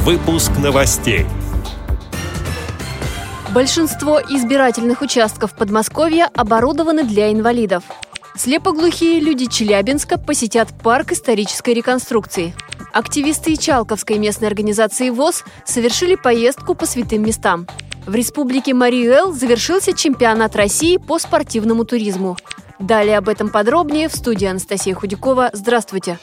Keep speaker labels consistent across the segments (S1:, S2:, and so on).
S1: Выпуск новостей.
S2: Большинство избирательных участков Подмосковья оборудованы для инвалидов. Слепоглухие люди Челябинска посетят парк исторической реконструкции. Активисты Ичалковской местной организации ВОС совершили поездку по святым местам. В республике Марий-Эл завершился чемпионат России по спортивному туризму. Далее об этом подробнее в студии Анастасия Худякова. Здравствуйте!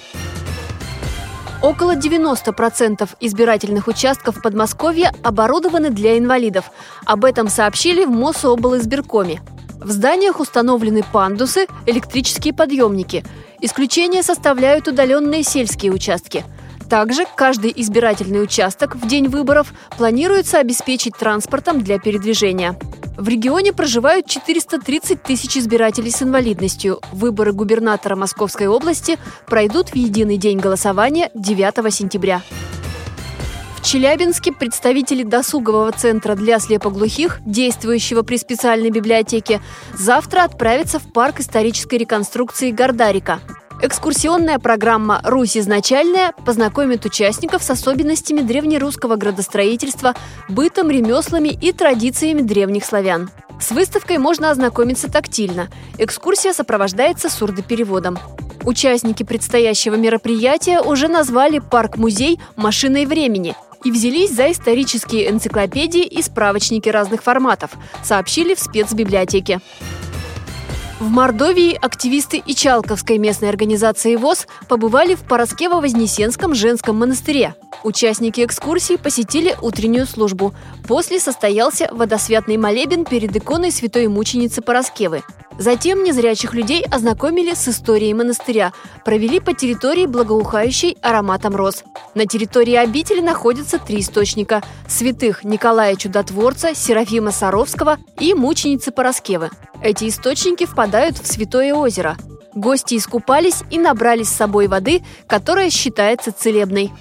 S2: Около 90% избирательных участков Подмосковья оборудованы для инвалидов. Об этом сообщили в Мособлизбиркоме. В зданиях установлены пандусы, электрические подъемники. Исключение составляют удаленные сельские участки. Также каждый избирательный участок в день выборов планируется обеспечить транспортом для передвижения. В регионе проживают 430 тысяч избирателей с инвалидностью. Выборы губернатора Московской области пройдут в единый день голосования 9 сентября. В Челябинске представители досугового центра для слепоглухих, действующего при специальной библиотеке, завтра отправятся в парк исторической реконструкции Гордарика. Экскурсионная программа «Русь изначальная» познакомит участников с особенностями древнерусского градостроительства, бытом, ремеслами и традициями древних славян. С выставкой можно ознакомиться тактильно. Экскурсия сопровождается сурдопереводом. Участники предстоящего мероприятия уже назвали парк-музей «Машиной времени» и взялись за исторические энциклопедии и справочники разных форматов, сообщили в спецбиблиотеке. В Мордовии активисты Ичалковской местной организации ВОС побывали в Параскево-Вознесенском женском монастыре. Участники экскурсии посетили утреннюю службу. После состоялся водосвятный молебен перед иконой святой мученицы Параскевы. Затем незрячих людей ознакомили с историей монастыря, провели по территории, благоухающей ароматом роз. На территории обители находятся 3 источника – святых Николая Чудотворца, Серафима Саровского и мученицы Параскевы. Эти источники впадают в Святое озеро. Гости искупались и набрали с собой воды, которая считается целебной.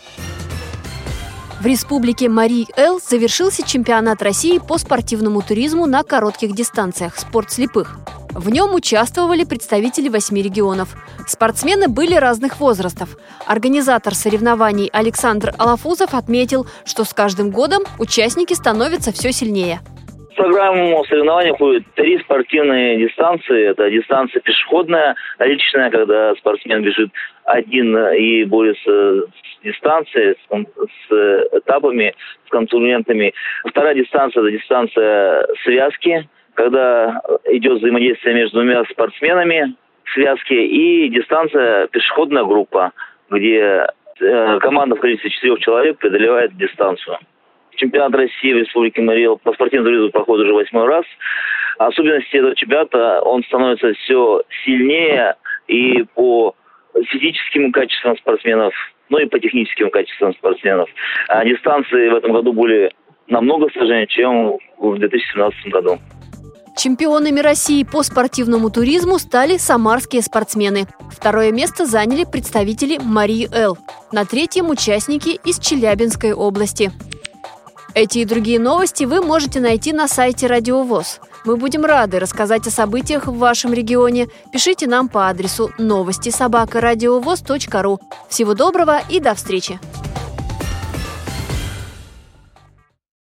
S2: В республике Марий-Эл завершился чемпионат России по спортивному туризму на коротких дистанциях «Спорт слепых». В нем участвовали представители 8 регионов. Спортсмены были разных возрастов. Организатор соревнований Александр Алафузов отметил, что с каждым годом участники становятся все сильнее.
S3: В программу соревнований входит 3 спортивные дистанции. Это дистанция пешеходная, личная, когда спортсмен бежит один и борется с дистанцией, с этапами, с конкурентами. Вторая дистанция – это дистанция связки, когда идет взаимодействие между 2 спортсменами в связке, и дистанция пешеходная группа, где команда в количестве 4 человек преодолевает дистанцию. Чемпионат России в Республике Марий-Эл по спортивному туризму проходит уже 8-й раз. Особенности этого чемпионата – он становится все сильнее и по физическим качествам спортсменов, но и по техническим качествам спортсменов. А дистанции в этом году были намного сложнее, чем в 2017 году.
S2: Чемпионами России по спортивному туризму стали самарские спортсмены. 2-е место заняли представители Марий-Эл. На 3-м – участники из Челябинской области. Эти и другие новости вы можете найти на сайте Радио ВОС. Мы будем рады рассказать о событиях в вашем регионе. Пишите нам по адресу новости@радиовос.ру. Всего доброго и до встречи!